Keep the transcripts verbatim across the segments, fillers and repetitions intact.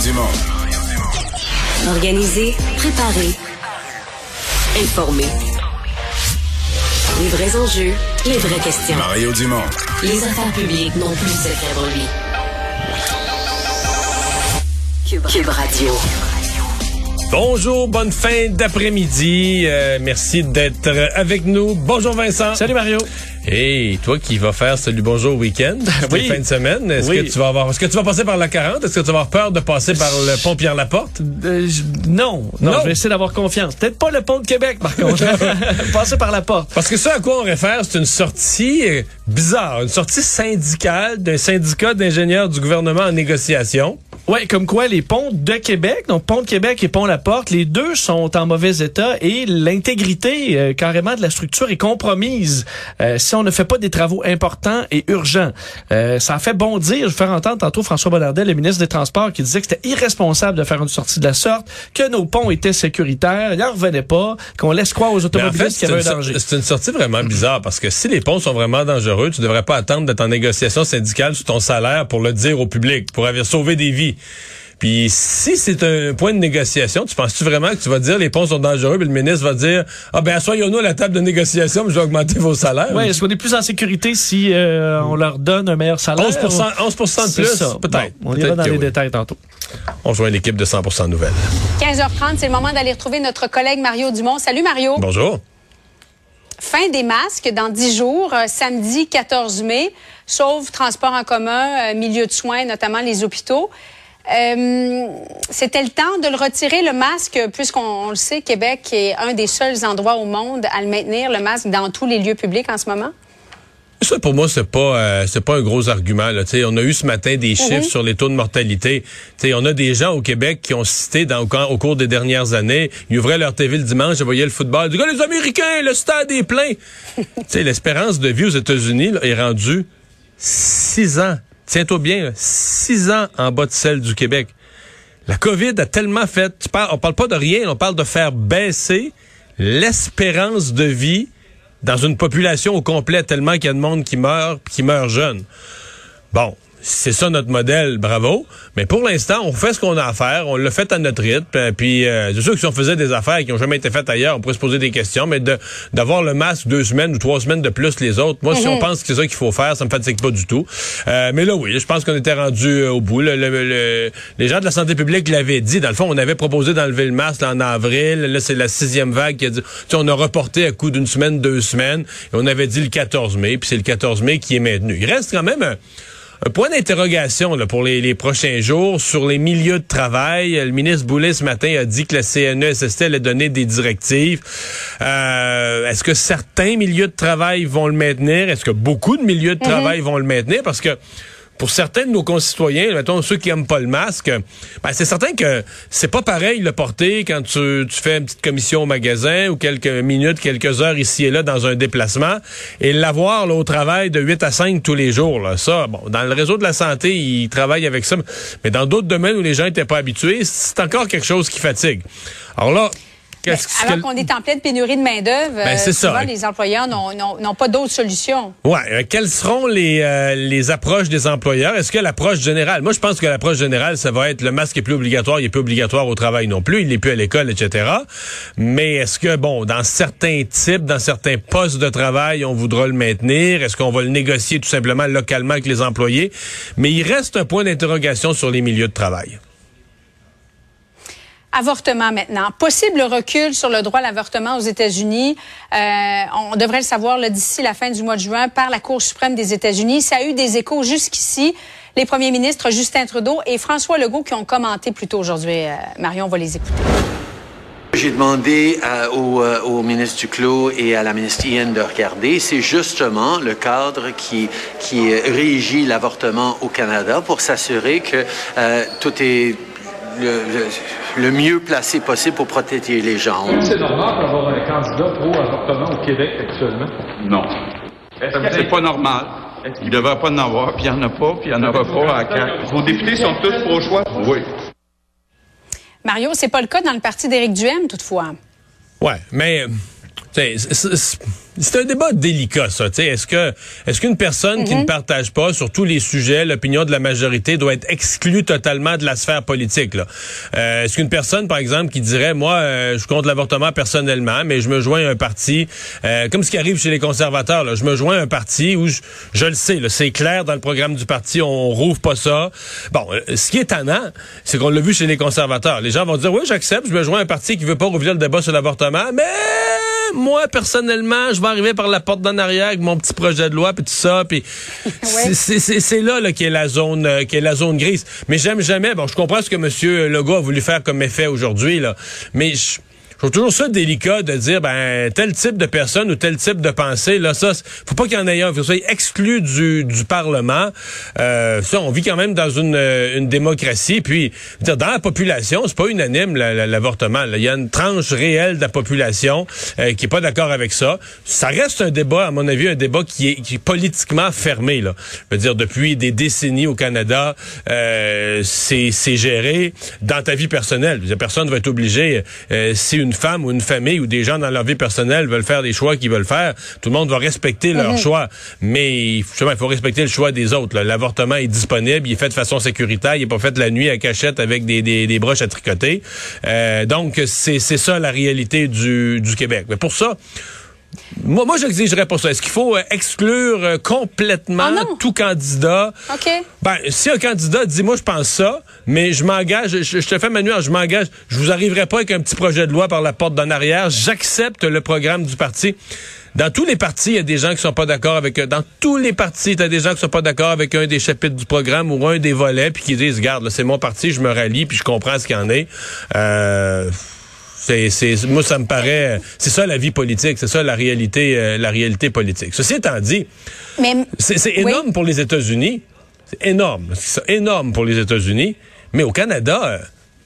Dumont. Organisé, préparé, informé. Les vrais enjeux, les vraies questions. Mario Dumont. Les affaires publiques n'ont plus cette rêverie. Cube, Cube Radio. Bonjour, bonne fin d'après-midi. Euh, merci d'être avec nous. Bonjour Vincent. Salut Mario. Et hey, toi qui vas faire salut bonjour week-end, oui. fin de semaine, est-ce oui. que tu vas avoir, est-ce que tu vas passer par la quarante? Est-ce que tu vas avoir peur de passer par le pont Pierre-Laporte? Euh, je, non, non, non, je vais essayer d'avoir confiance. Peut-être pas le pont de Québec, par contre. Passer par la porte. Parce que ça à quoi on réfère, c'est une sortie euh, bizarre, une sortie syndicale d'un syndicat d'ingénieurs du gouvernement en négociation. Ouais, comme quoi les ponts de Québec, donc pont de Québec et pont La Porte, les deux sont en mauvais état et l'intégrité euh, carrément de la structure est compromise euh, si on ne fait pas des travaux importants et urgents. Euh, ça a fait bondir, je vais faire entendre tantôt François Bonnardel, le ministre des Transports, qui disait que c'était irresponsable de faire une sortie de la sorte, que nos ponts étaient sécuritaires, il n'en revenait pas, qu'on laisse croire aux automobilistes en fait, qu'il y avait un danger. C'est une sortie vraiment bizarre parce que si les ponts sont vraiment dangereux, tu devrais pas attendre d'être en négociation syndicale sur ton salaire pour le dire au public, pour avoir sauvé des vies. Puis si c'est un point de négociation, tu penses-tu vraiment que tu vas dire les ponts sont dangereux, puis le ministre va dire ah ben assoyons-nous à la table de négociation, mais je vais augmenter vos salaires. Oui, est-ce qu'on est plus en sécurité si euh, on leur donne un meilleur salaire? onze pour cent, onze pour cent de plus, ça. peut-être. Bon, on peut-être ira dans les oui. détails tantôt. On joint l'équipe de cent pour cent Nouvelles. quinze heures trente, c'est le moment d'aller retrouver notre collègue Mario Dumont. Salut Mario. Bonjour. Fin des masques dans dix jours, euh, samedi quatorze mai, sauf transport en commun, euh, milieu de soins, notamment les hôpitaux. Euh, c'était le temps de le retirer, le masque, puisqu'on on le sait, Québec est un des seuls endroits au monde à le maintenir, le masque, dans tous les lieux publics en ce moment. Ça, pour moi, c'est pas euh, c'est pas un gros argument. Là. On a eu ce matin des chiffres mm-hmm. sur les taux de mortalité. T'sais, on a des gens au Québec qui ont cité dans, au, au cours des dernières années, ils ouvraient leur T V le dimanche, ils voyaient le football. Ils disaient, les Américains, le stade est plein. L'espérance de vie aux États-Unis là, est rendue six ans. Tiens-toi bien, là, six ans en bas de celle du Québec. La COVID a tellement fait... Tu parles, on parle pas de rien, on parle de faire baisser l'espérance de vie dans une population au complet, tellement qu'il y a de monde qui meurt, qui meurt jeune. Bon, c'est ça notre modèle, bravo. Mais pour l'instant, on fait ce qu'on a à faire, on l'a fait à notre rythme. Puis, euh, c'est sûr que si on faisait des affaires qui n'ont jamais été faites ailleurs, on pourrait se poser des questions. Mais de d'avoir le masque deux semaines ou trois semaines de plus les autres, moi, mm-hmm. si on pense que c'est ça qu'il faut faire, ça me fatigue pas du tout. Euh, mais là, oui, je pense qu'on était rendu euh, au bout. Le, le, le, les gens de la santé publique l'avaient dit. Dans le fond, on avait proposé d'enlever le masque là, en avril. Là, c'est la sixième vague qui a dit. Tu sais, on a reporté à coup d'une semaine, deux semaines. Et on avait dit le quatorze mai. Puis c'est le quatorze mai qui est maintenu. Il reste quand même un, Un point d'interrogation là, pour les, les prochains jours sur les milieux de travail. Le ministre Boulay, ce matin, a dit que la C N E S S T allait donner des directives. Euh, est-ce que certains milieux de travail vont le maintenir? Est-ce que beaucoup de milieux de travail mm-hmm. vont le maintenir? Parce que pour certains de nos concitoyens, mettons ceux qui aiment pas le masque, ben c'est certain que c'est pas pareil le porter quand tu, tu fais une petite commission au magasin ou quelques minutes, quelques heures ici et là dans un déplacement et l'avoir là, au travail de huit à cinq tous les jours. Là. Ça, bon, dans le réseau de la santé, ils travaillent avec ça, mais dans d'autres domaines où les gens étaient pas habitués, c'est encore quelque chose qui fatigue. Alors là, Mais, alors que... qu'on est en pleine pénurie de main-d'œuvre, ben, c'est souvent ça. les employeurs n'ont, n'ont, n'ont pas d'autres solutions. Ouais. Euh, quelles seront les, euh, les approches des employeurs? Est-ce que l'approche générale, moi je pense que l'approche générale, ça va être le masque est plus obligatoire, il est plus obligatoire au travail non plus, il n'est plus à l'école, et cetera. Mais est-ce que, bon, dans certains types, dans certains postes de travail, on voudra le maintenir? Est-ce qu'on va le négocier tout simplement localement avec les employés? Mais il reste un point d'interrogation sur les milieux de travail. Avortement maintenant. Possible recul sur le droit à l'avortement aux États-Unis. Euh, on devrait le savoir là, d'ici la fin du mois de juin par la Cour suprême des États-Unis. Ça a eu des échos jusqu'ici. Les premiers ministres Justin Trudeau et François Legault qui ont commenté plus tôt aujourd'hui. Euh, Marion, on va les écouter. J'ai demandé euh, au, euh, au ministre Duclos et à la ministre Ian de regarder. C'est justement le cadre qui, qui régit l'avortement au Canada pour s'assurer que euh, tout est le, le, le mieux placé possible pour protéger les gens. C'est normal d'avoir un candidat pro-avortement au Québec actuellement? Non. C'est pas normal. Il ne devrait pas en avoir, puis il n'y en a pas, puis il n'y en aura pas à quatre. Vos députés sont tous pro-choix? Oui. Mario, c'est pas le cas dans le parti d'Éric Duhaime, toutefois. Ouais, mais C'est, c'est, c'est un débat délicat, ça. T'sais, est-ce que est-ce qu'une personne mm-hmm. qui ne partage pas sur tous les sujets l'opinion de la majorité doit être exclue totalement de la sphère politique, là? Euh, est-ce qu'une personne, par exemple, qui dirait, moi, euh, je compte l'avortement personnellement, mais je me joins à un parti, euh, comme ce qui arrive chez les conservateurs, là, je me joins à un parti où je, je le sais, là, c'est clair dans le programme du parti, on rouvre pas ça. Bon, ce qui est étonnant, c'est qu'on l'a vu chez les conservateurs. Les gens vont dire, oui, j'accepte, je me joins à un parti qui veut pas rouvrir le débat sur l'avortement, mais moi, personnellement, je vais arriver par la porte d'en arrière avec mon petit projet de loi puis tout ça, puis ouais. c'est, c'est, c'est, c'est là, là qu'est la zone euh, qu'est la zone grise. Mais j'aime jamais. Bon, je comprends ce que M. Legault a voulu faire comme effet aujourd'hui, là, mais je Je trouve toujours ça délicat de dire, ben, tel type de personne ou tel type de pensée, là, ça, faut pas qu'il y en ait un, faut que ça soit exclu du, du Parlement. Euh, ça, on vit quand même dans une, une démocratie, puis, dire, dans la population, c'est pas unanime, la, la, l'avortement, là. Il y a une tranche réelle de la population, euh, qui est pas d'accord avec ça. Ça reste un débat, à mon avis, un débat qui est, qui est politiquement fermé, là. Je veux dire, depuis des décennies au Canada, euh, c'est, c'est géré dans ta vie personnelle. Personne va être obligé, euh, si une une femme ou une famille ou des gens dans leur vie personnelle veulent faire des choix qu'ils veulent faire, tout le monde va respecter leur mm-hmm. choix. Mais justement, il faut respecter le choix des autres. Là. L'avortement est disponible, il est fait de façon sécuritaire, il est pas fait la nuit à cachette avec des, des, des broches à tricoter. Euh, donc, c'est, c'est ça la réalité du, du Québec. Mais pour ça, Moi, moi, j'exigerais pas ça. Est-ce qu'il faut euh, exclure euh, complètement oh tout candidat? OK. Ben, si un candidat dit, moi, je pense ça, mais je m'engage, je, je te fais ma nuance, je m'engage, je vous arriverai pas avec un petit projet de loi par la porte d'en arrière, j'accepte le programme du parti. Dans tous les partis, il y a des gens qui sont pas d'accord avec... Dans tous les partis, il y a des gens qui sont pas d'accord avec un des chapitres du programme ou un des volets, puis qui disent, regarde, là, c'est mon parti, je me rallie, puis je comprends ce qu'il y en est. Euh... C'est, c'est, moi, ça me paraît, c'est ça la vie politique, c'est ça la réalité, euh, la réalité politique. Ceci étant dit, Mais, c'est, c'est énorme oui. pour les États-Unis, c'est énorme, c'est énorme pour les États-Unis, mais au Canada, euh,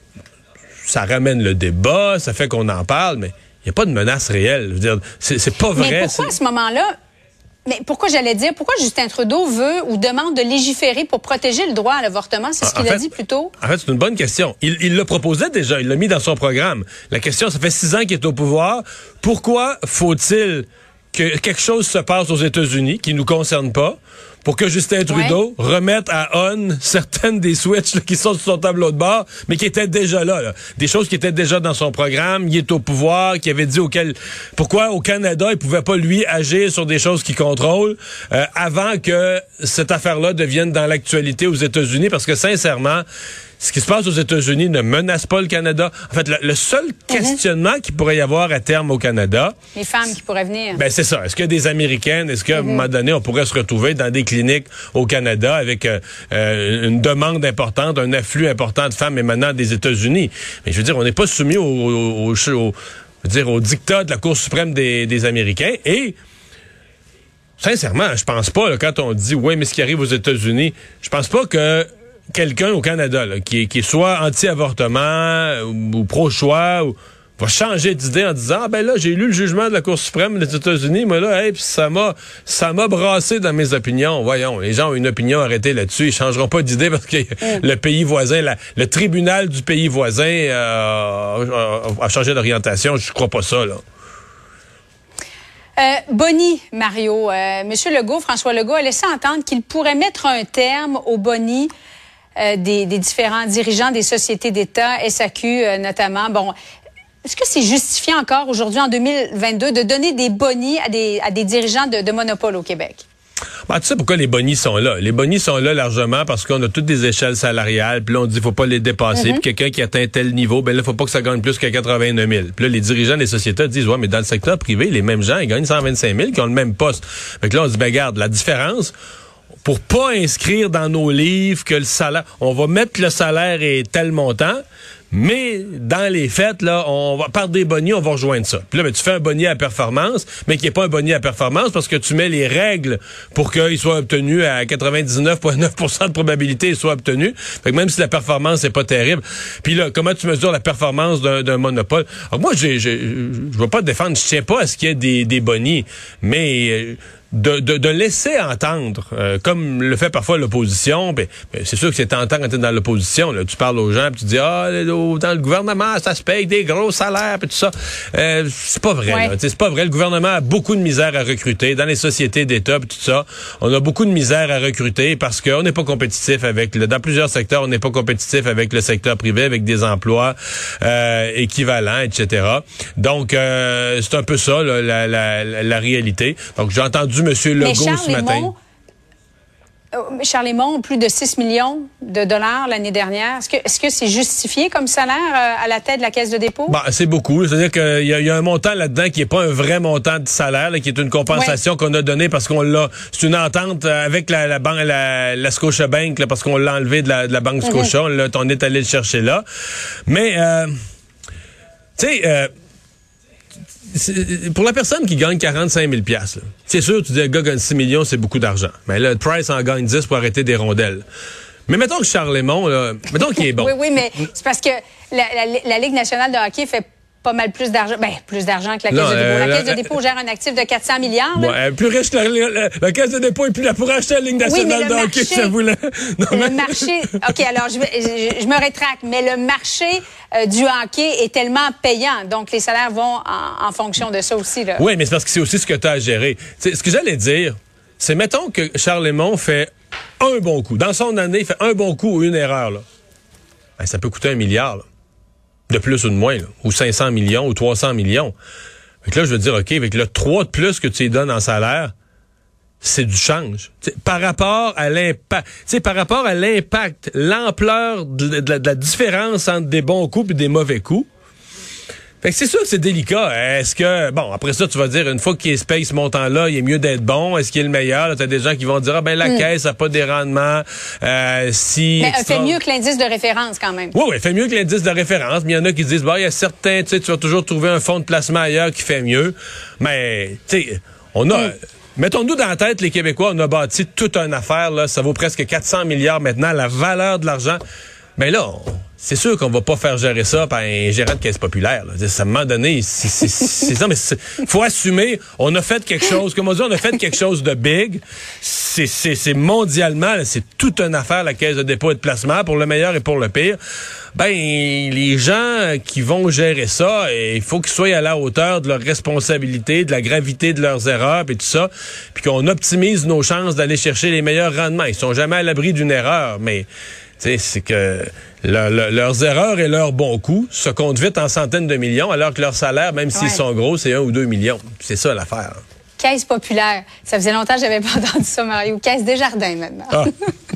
ça ramène le débat, ça fait qu'on en parle, mais il n'y a pas de menace réelle. Je veux dire, c'est, c'est pas vrai. Mais pourquoi c'est... à ce moment-là? Mais pourquoi j'allais dire, pourquoi Justin Trudeau veut ou demande de légiférer pour protéger le droit à l'avortement? C'est ce qu'il a dit plus tôt. En fait, c'est une bonne question. Il, il le proposait déjà, il l'a mis dans son programme. La question, ça fait six ans qu'il est au pouvoir. Pourquoi faut-il que quelque chose se passe aux États-Unis qui nous concerne pas pour que Justin Trudeau ouais. remette à on certaines des switches là, qui sont sur son tableau de bord, mais qui étaient déjà là, là. Des choses qui étaient déjà dans son programme, il est au pouvoir, qui avait dit auquel pourquoi au Canada, il pouvait pas, lui, agir sur des choses qu'il contrôle euh, avant que cette affaire-là devienne dans l'actualité aux États-Unis, parce que sincèrement, ce qui se passe aux États-Unis ne menace pas le Canada. En fait, le, le seul questionnement mm-hmm. qu'il pourrait y avoir à terme au Canada... Les femmes qui pourraient venir. Ben c'est ça. Est-ce qu'il y a des Américaines? Est-ce qu'à mm-hmm. un moment donné, on pourrait se retrouver dans des cliniques au Canada avec euh, euh, une demande importante, un afflux important de femmes émanant des États-Unis? Mais je veux dire, on n'est pas soumis au, au, au, au, je veux dire, au dictat de la Cour suprême des, des Américains. Et... sincèrement, je pense pas, là, quand on dit, ouais, mais ce qui arrive aux États-Unis, je pense pas que quelqu'un au Canada là, qui, est, qui est soit anti-avortement ou, ou pro-choix ou, va changer d'idée en disant ah ben là j'ai lu le jugement de la Cour suprême des États-Unis, moi là hey, pis ça m'a ça m'a brassé dans mes opinions. Voyons, les gens ont une opinion arrêtée là-dessus, ils changeront pas d'idée parce que mm. le pays voisin, la, le tribunal du pays voisin euh, a, a changé d'orientation. Je crois pas ça là. Euh, Boni, Mario, euh, Monsieur Legault, François Legault a laissé entendre qu'il pourrait mettre un terme au boni euh, des, des différents dirigeants des sociétés d'État, S A Q euh, notamment. Bon, est-ce que c'est justifié encore aujourd'hui, en deux mille vingt-deux, de donner des bonis à des, à des dirigeants de, de monopole au Québec? Ben, tu sais pourquoi les bonis sont là? Les bonis sont là largement parce qu'on a toutes des échelles salariales, puis là, on dit faut pas les dépasser. Mm-hmm. Puis quelqu'un qui atteint tel niveau, ben là, faut pas que ça gagne plus qu'à quatre-vingt-neuf mille. Puis là, les dirigeants des sociétés disent, ouais, mais dans le secteur privé, les mêmes gens, ils gagnent cent vingt-cinq mille qui ont le même poste. Fait que là, on dit, ben regarde, la différence, pour pas inscrire dans nos livres que le salaire, on va mettre le salaire est tel montant, mais dans les faits, là, on va par des boniers, on va rejoindre ça. Puis là, ben, tu fais un bonier à performance, mais qui n'est pas un bonier à performance parce que tu mets les règles pour qu'il soit obtenu à quatre-vingt-dix-neuf virgule neuf pour cent de probabilité qu'il soit obtenu. Fait que même si la performance n'est pas terrible. Puis là, comment tu mesures la performance d'un, d'un monopole? Alors moi, j'ai, j'ai, je ne vais pas te défendre, je tiens pas à ce qu'il y ait des, des boniers, mais... Euh, De, de, de laisser entendre, euh, comme le fait parfois l'opposition, ben, ben, c'est sûr que c'est tentant quand tu es dans l'opposition. Là, tu parles aux gens, puis tu dis ah, au, dans le gouvernement, ça se paye des gros salaires et tout ça. Euh, c'est pas vrai. Ouais. Là. C'est pas vrai. Le gouvernement a beaucoup de misère à recruter. Dans les sociétés d'État et tout ça, on a beaucoup de misère à recruter parce qu'on n'est pas compétitif avec, le, dans plusieurs secteurs, on n'est pas compétitif avec le secteur privé, avec des emplois euh, équivalents, et cetera. Donc, euh, c'est un peu ça, là, la, la, la, la réalité. Donc, j'ai entendu M. Legault ce matin. Charles Lemont, plus de six millions de dollars l'année dernière. Est-ce que est-ce que c'est justifié comme salaire euh, à la tête de la Caisse de dépôt? Bah, c'est beaucoup. C'est-à-dire qu'il y, y a un montant là-dedans qui est pas un vrai montant de salaire, là, qui est une compensation ouais. qu'on a donnée parce qu'on l'a. C'est une entente avec la, la banque, la, la Scotiabank, là, parce qu'on l'a enlevé de la, de la banque Scotia. Mm-hmm. On, l'a, on est allé le chercher là. Mais, euh, tu sais. Euh, pour la personne qui gagne quarante-cinq mille dollars, c'est sûr, tu dis, le gars gagne six millions, c'est beaucoup d'argent. Mais là, Price en gagne dix pour arrêter des rondelles. Mais mettons que Charles Lemont, là, mettons qu'il est bon. Oui, oui, mais c'est parce que la, la, la Ligue nationale de hockey fait pas mal plus d'argent. Ben, plus d'argent que la Caisse non, de dépôt. La euh, Caisse de dépôt gère un actif de quatre cents milliards. Là. Ouais, plus riche que la, la, la Caisse de dépôt et plus là pour acheter la Ligue nationale oui, de hockey, marché, ça voulait. Non, le mais... marché. OK, alors, je, je, je me rétracte, mais le marché euh, du hockey est tellement payant. Donc, les salaires vont en, en fonction de ça aussi, là. Oui, mais c'est parce que c'est aussi ce que tu as à gérer. T'sais, ce que j'allais dire, c'est mettons que Charles Lemont fait un bon coup. Dans son année, il fait un bon coup ou une erreur, là. Ben, ça peut coûter un milliard, là. De plus ou de moins, là, ou cinq cents millions, ou trois cents millions. Fait que là, je veux dire, OK, avec le trois de plus que tu lui donnes en salaire, c'est du change. T'sais, par rapport à l'impact, t'sais, par rapport à l'impact, l'ampleur de, de, de la différence entre des bons coups et des mauvais coups. Fait que c'est sûr que c'est délicat. Est-ce que, bon, après ça, tu vas dire, une fois qu'il se paye ce montant-là, il est mieux d'être bon. Est-ce qu'il est le meilleur? Tu as des gens qui vont dire, ah ben la mm. caisse n'a pas des rendements. Euh, si mais elle fait mieux que l'indice de référence quand même. Oui, oui, elle fait mieux que l'indice de référence. Mais il y en a qui disent, bah, il y a certains, tu sais, tu vas toujours trouver un fonds de placement ailleurs qui fait mieux. Mais, tu sais, on a... Mm. Mettons-nous dans la tête, les Québécois, on a bâti toute une affaire, là. Ça vaut presque quatre cents milliards maintenant, la valeur de l'argent. Mais là, on... c'est sûr qu'on va pas faire gérer ça par un gérant de caisse populaire. Là. À un moment donné, c'est, c'est, c'est ça, mais il faut assumer, on a fait quelque chose, comme on dit, on a fait quelque chose de big. C'est, c'est, c'est mondialement, là, c'est toute une affaire, la caisse de dépôt et de placement, pour le meilleur et pour le pire. Ben, les gens qui vont gérer ça, il faut qu'ils soient à la hauteur de leurs responsabilités, de la gravité de leurs erreurs, et tout ça, puis qu'on optimise nos chances d'aller chercher les meilleurs rendements. Ils sont jamais à l'abri d'une erreur, mais... T'sais, c'est que le, le, leurs erreurs et leurs bons coups se comptent vite en centaines de millions, alors que leur salaire, même s'ils ouais. sont gros, c'est un ou deux millions. C'est ça l'affaire. Caisse populaire. Ça faisait longtemps que j'avais pas entendu ça, Mario. Caisse Desjardins, maintenant. Ah.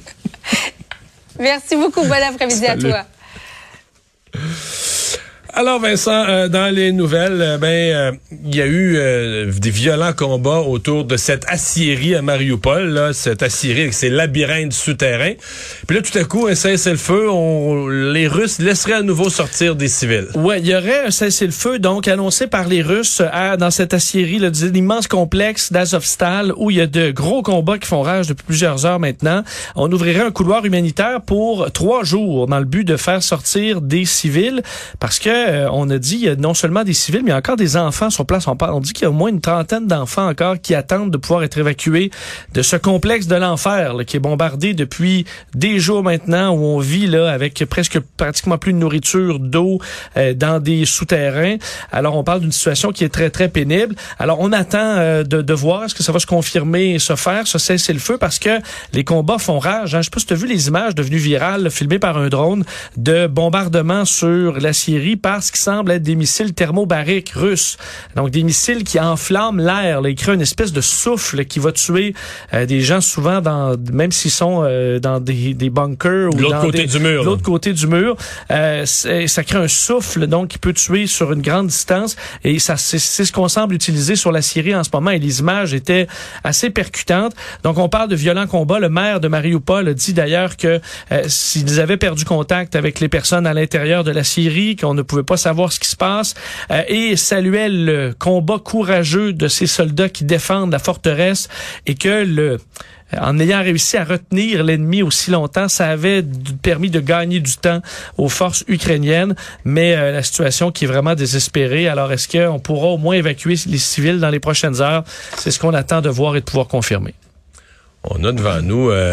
Merci beaucoup. Bon après-midi Salut. À toi. Alors Vincent, euh, dans les nouvelles, euh, ben il euh, y a eu euh, des violents combats autour de cette aciérie à Mariupol, là, cette aciérie avec ses labyrinthes souterrains. Puis là, tout à coup, un cessez-le-feu, on, les Russes laisseraient à nouveau sortir des civils. Ouais, il y aurait un cessez-le-feu donc annoncé par les Russes à, dans cette aciérie, là, l'immense complexe d'Azovstal où il y a de gros combats qui font rage depuis plusieurs heures maintenant. On ouvrirait un couloir humanitaire pour trois jours dans le but de faire sortir des civils parce que Euh, on a dit il y a non seulement des civils, mais il y a encore des enfants sur place. On, parle, on dit qu'il y a au moins une trentaine d'enfants encore qui attendent de pouvoir être évacués de ce complexe de l'enfer là, qui est bombardé depuis des jours maintenant, où on vit là avec presque pratiquement plus de nourriture, d'eau euh, dans des souterrains. Alors on parle d'une situation qui est très très pénible. Alors on attend euh, de, de voir est-ce que ça va se confirmer et se faire, ce cessez-le-feu, parce que les combats font rage. Hein. Je sais pas si tu as vu les images devenues virales, filmées par un drone, de bombardements sur la Syrie par ce qui semble être des missiles thermobariques russes. Donc, des missiles qui enflamment l'air. Là, ils créent une espèce de souffle qui va tuer euh, des gens souvent, dans, même s'ils sont euh, dans des, des bunkers. De ou l'autre dans côté des, du mur. De l'autre côté du mur. Euh, ça crée un souffle donc qui peut tuer sur une grande distance. Et ça, c'est, c'est ce qu'on semble utiliser sur la Syrie en ce moment. Et les images étaient assez percutantes. Donc, on parle de violents combats. Le maire de Mariupol a dit d'ailleurs que euh, s'ils avaient perdu contact avec les personnes à l'intérieur de la Syrie, qu'on ne pouvait pas savoir ce qui se passe, euh, et saluait le combat courageux de ces soldats qui défendent la forteresse, et que le en ayant réussi à retenir l'ennemi aussi longtemps, ça avait permis de gagner du temps aux forces ukrainiennes, mais euh, la situation qui est vraiment désespérée. Alors, est-ce qu'on pourra au moins évacuer les civils dans les prochaines heures? C'est ce qu'on attend de voir et de pouvoir confirmer. On a devant nous... Euh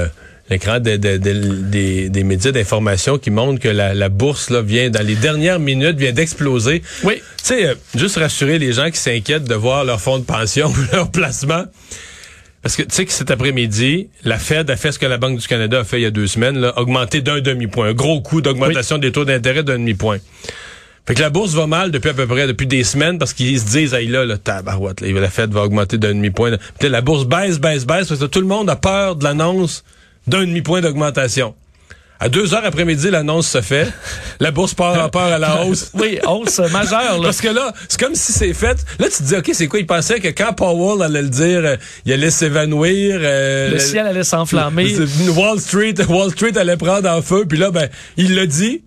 l'écran de, de, de, des, des médias d'information qui montrent que la, la bourse là vient, dans les dernières minutes, vient d'exploser. Oui. Tu sais, euh, juste rassurer les gens qui s'inquiètent de voir leur fonds de pension ou leur placement. Parce que tu sais que cet après-midi, la Fed a fait ce que la Banque du Canada a fait il y a deux semaines, là, augmenter d'un demi-point. Un gros coup d'augmentation oui. des taux d'intérêt d'un demi-point. Fait que la bourse va mal depuis à peu près depuis des semaines parce qu'ils se disent hey là, là tabarouette, là, la Fed va augmenter d'un demi-point. Puis la bourse baisse, baisse, baisse, parce que tout le monde a peur de l'annonce d'un demi-point d'augmentation. À deux heures après-midi, l'annonce se fait. La bourse part en peur à la hausse. Oui, hausse majeure. Là. Parce que là, c'est comme si c'est fait. Là, tu te dis, OK, c'est quoi? Il pensait que quand Powell allait le dire, euh, il allait s'évanouir. Euh, le ciel allait s'enflammer. Wall Street, Wall Street allait prendre en feu. Puis là, ben, il l'a dit.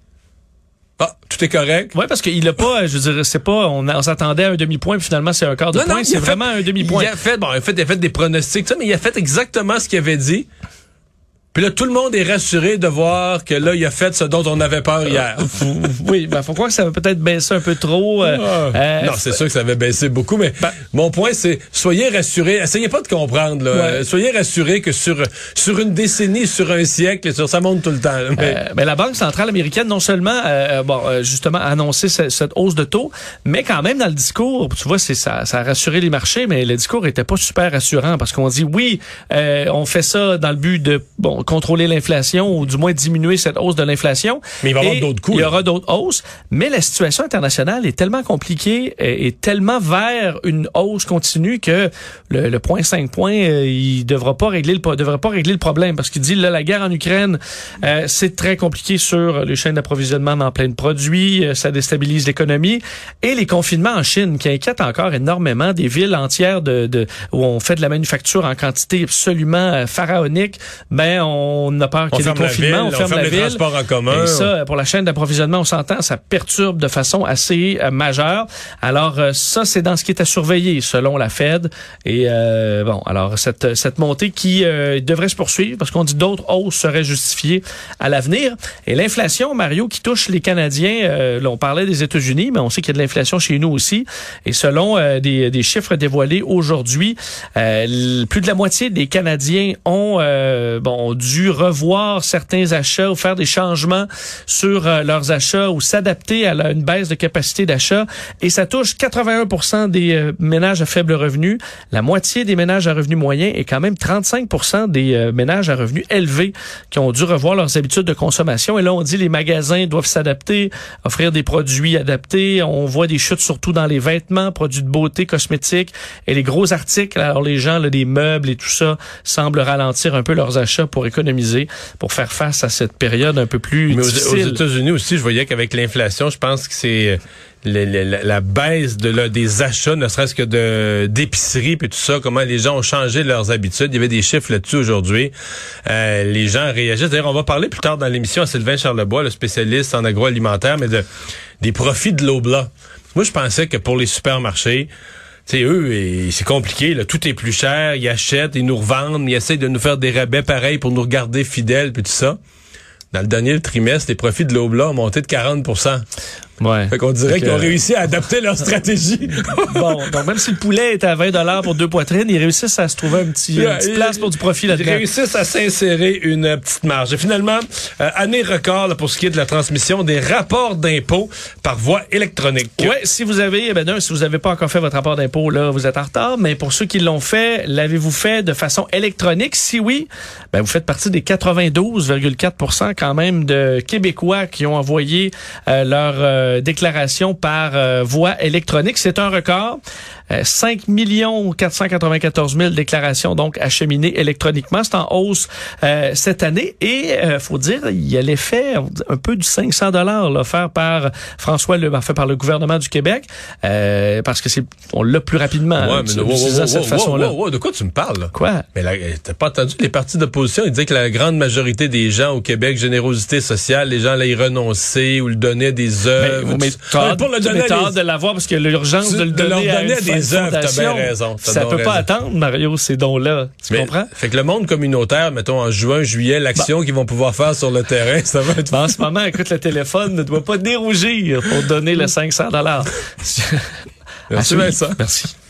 Ah, tout est correct. Oui, parce qu'il a pas, je veux dire, c'est pas, on, on s'attendait à un demi-point, puis finalement, c'est un quart de non, point. Non, c'est vraiment fait, un demi-point. Il a fait, bon, il a fait, il a fait des pronostics, ça, mais il a fait exactement ce qu'il avait dit. Puis là, tout le monde est rassuré de voir que là, il a fait ce dont on avait peur hier. Oui, ben faut croire que ça va peut-être baisser un peu trop. Euh, ah. euh, non, c'est sûr que ça avait baissé beaucoup, mais ben, mon point, c'est soyez rassurés. Essayez pas de comprendre. Là. Ouais. Soyez rassurés que sur sur une décennie, sur un siècle, sur, ça monte tout le temps. Là, mais... Euh, ben, la Banque centrale américaine, non seulement euh, bon, euh, justement, a annoncé ce, cette hausse de taux, mais quand même dans le discours, tu vois, c'est ça, ça a rassuré les marchés, mais le discours était pas super rassurant parce qu'on dit oui, euh, on fait ça dans le but de bon contrôler l'inflation ou du moins diminuer cette hausse de l'inflation. Mais il va y avoir d'autres coûts. Il y aura d'autres hausses, mais la situation internationale est tellement compliquée et, et tellement vers une hausse continue que le, le point cinq points, euh, il devra pas régler le devrait pas régler le problème parce qu'il dit là la guerre en Ukraine, euh, c'est très compliqué sur les chaînes d'approvisionnement en plein de produits, euh, ça déstabilise l'économie et les confinements en Chine qui inquiètent encore énormément des villes entières de, de où on fait de la manufacture en quantité absolument euh, pharaonique. Ben on On a peur qu'il y ait des confinements, on, on ferme, ferme la les ville. transports en commun. Et ça, pour la chaîne d'approvisionnement, on s'entend, ça perturbe de façon assez euh, majeure. Alors euh, ça, c'est dans ce qui est à surveiller selon la Fed. Et euh, bon, alors cette cette montée qui euh, devrait se poursuivre parce qu'on dit d'autres hausses seraient justifiées à l'avenir. Et l'inflation, Mario, qui touche les Canadiens, euh, là, on parlait des États-Unis, mais on sait qu'il y a de l'inflation chez nous aussi. Et selon euh, des, des chiffres dévoilés aujourd'hui, euh, plus de la moitié des Canadiens ont euh, bon dû revoir certains achats ou faire des changements sur euh, leurs achats ou s'adapter à la, une baisse de capacité d'achat. Et ça touche quatre-vingt-un pour cent des euh, ménages à faible revenu, la moitié des ménages à revenus moyens et quand même trente-cinq pour cent des euh, ménages à revenus élevés qui ont dû revoir leurs habitudes de consommation. Et là, on dit les magasins doivent s'adapter, offrir des produits adaptés. On voit des chutes surtout dans les vêtements, produits de beauté, cosmétiques et les gros articles. Alors les gens, là, des meubles et tout ça, semblent ralentir un peu leurs achats pour économiser, pour faire face à cette période un peu plus Mais difficile. Aux, aux États-Unis aussi, je voyais qu'avec l'inflation, je pense que c'est le, le, la, la baisse de là, des achats, ne serait-ce que de d'épicerie puis tout ça, comment les gens ont changé leurs habitudes. Il y avait des chiffres là-dessus aujourd'hui. Euh, les gens réagissent. D'ailleurs, on va parler plus tard dans l'émission à Sylvain Charlebois, le spécialiste en agroalimentaire, mais de des profits de l'Oblat. Moi, je pensais que pour les supermarchés, tu sais, eux, et c'est compliqué, là, tout est plus cher, ils achètent, ils nous revendent, ils essayent de nous faire des rabais pareils pour nous regarder fidèles, puis tout ça. Dans le dernier trimestre, les profits de l'Oblat ont monté de quarante pour cent. Ouais. Fait qu'on dirait fait qu'ils que... ont réussi à adapter leur stratégie. Bon, donc même si le poulet est à vingt dollars pour deux poitrines, ils réussissent à se trouver un petit, yeah, une petite place pour du profit là-dedans. Ils réussissent à s'insérer une petite marge. Et finalement, euh, année record là, pour ce qui est de la transmission des rapports d'impôts par voie électronique. Ouais, si vous avez, ben d'un, si vous n'avez pas encore fait votre rapport d'impôt, là, vous êtes en retard. Mais pour ceux qui l'ont fait, l'avez-vous fait de façon électronique? Si oui, ben vous faites partie des quatre-vingt-douze virgule quatre pour cent quand même de Québécois qui ont envoyé euh, leur euh, déclaration par euh, voie électronique. C'est un record. Euh, cinq millions quatre cent quatre-vingt-quatorze mille déclarations donc acheminées électroniquement. C'est en hausse euh, cette année. Et euh, faut dire, il y a l'effet un peu du cinq cents dollars offert par François Legault, fait par le gouvernement du Québec, euh, parce que c'est on l'a plus rapidement ouais, hein, mais utilisant wow, wow, cette wow, façon-là. Wow, wow, de quoi tu me parles? Là? Quoi? Mais là, t'as pas entendu les partis d'opposition? Ils disaient que la grande majorité des gens au Québec, générosité sociale, les gens là y renonçaient ou le donnaient des œuvres. Mais, mais pour le donner à des... de l'avoir parce que l'urgence de le donner, de leur donner à, à des œuvres, t'as bien raison. T'as ça peut raison. Pas attendre, Mario, ces dons-là. Tu mais, comprends? Fait que le monde communautaire, mettons en juin, juillet, l'action bah. qu'ils vont pouvoir faire sur le terrain, ça va être... Ben, en ce moment, écoute, le téléphone ne doit pas dérougir pour donner le cinq cents dollars. Merci, Vincent. Merci.